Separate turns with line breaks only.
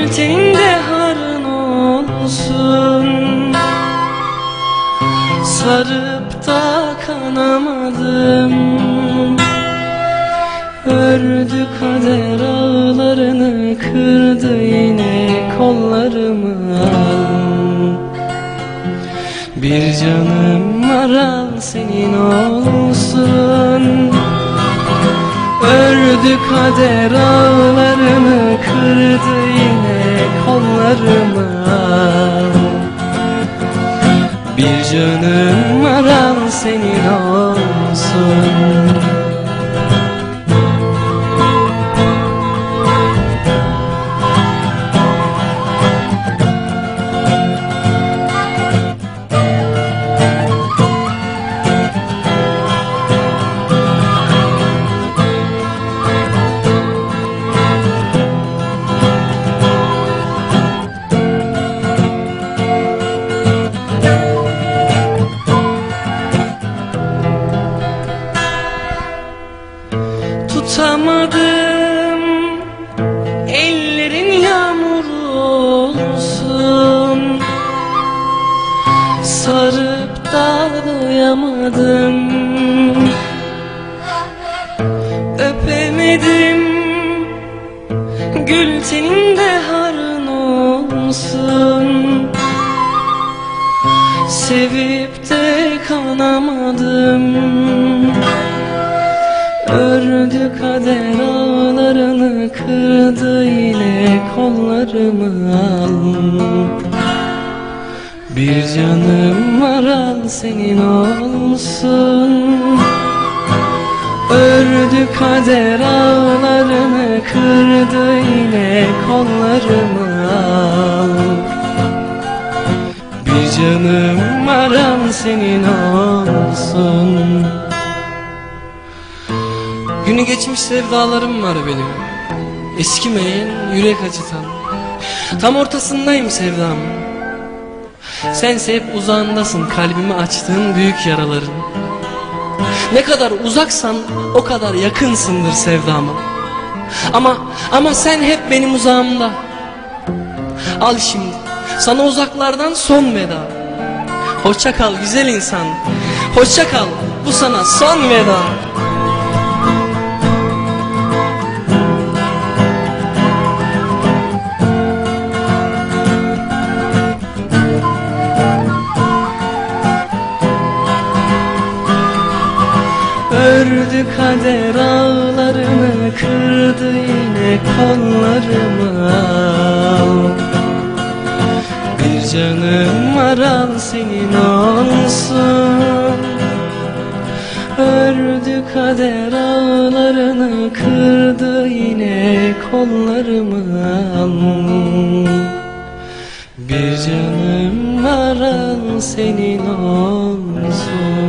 teninde harın olsun. Sarıp da kanamadım. Ördü kader ağlarını, kırdı yine kollarımı al. Bir canım var, al senin olsun. Ördü kader ağlarını, kırdı yine kollarımı al. Bir canım var, al senin olsun. Tutamadım, ellerin yağmur olsun. Sarıp da doyamadım. Öpemedim, gül teninde harın olsun. Sevip de kanamadım. Ördü kader ağlarını, kırdı yine kollarımı al. Bir canım var, al senin olsun. Ördü kader ağlarını, kırdı yine kollarımı al. Bir canım var, al senin olsun. Günü geçmiş sevdalarım var benim, eskimeyen, yürek acıtan. Tam ortasındayım sevdam. Sense hep uzağındasın, kalbimi açtığın büyük yaraların. Ne kadar uzaksan o kadar yakınsındır sevdama. Ama sen hep benim uzağımda. Al şimdi sana uzaklardan son veda. Hoşça kal güzel insan, hoşça kal, bu sana son veda. Ördü kader ağlarını, kırdı yine kollarımı al. Bir canım var, al senin olsun. Ördü kader ağlarını, kırdı yine kollarımı al. Bir canım var, al senin olsun.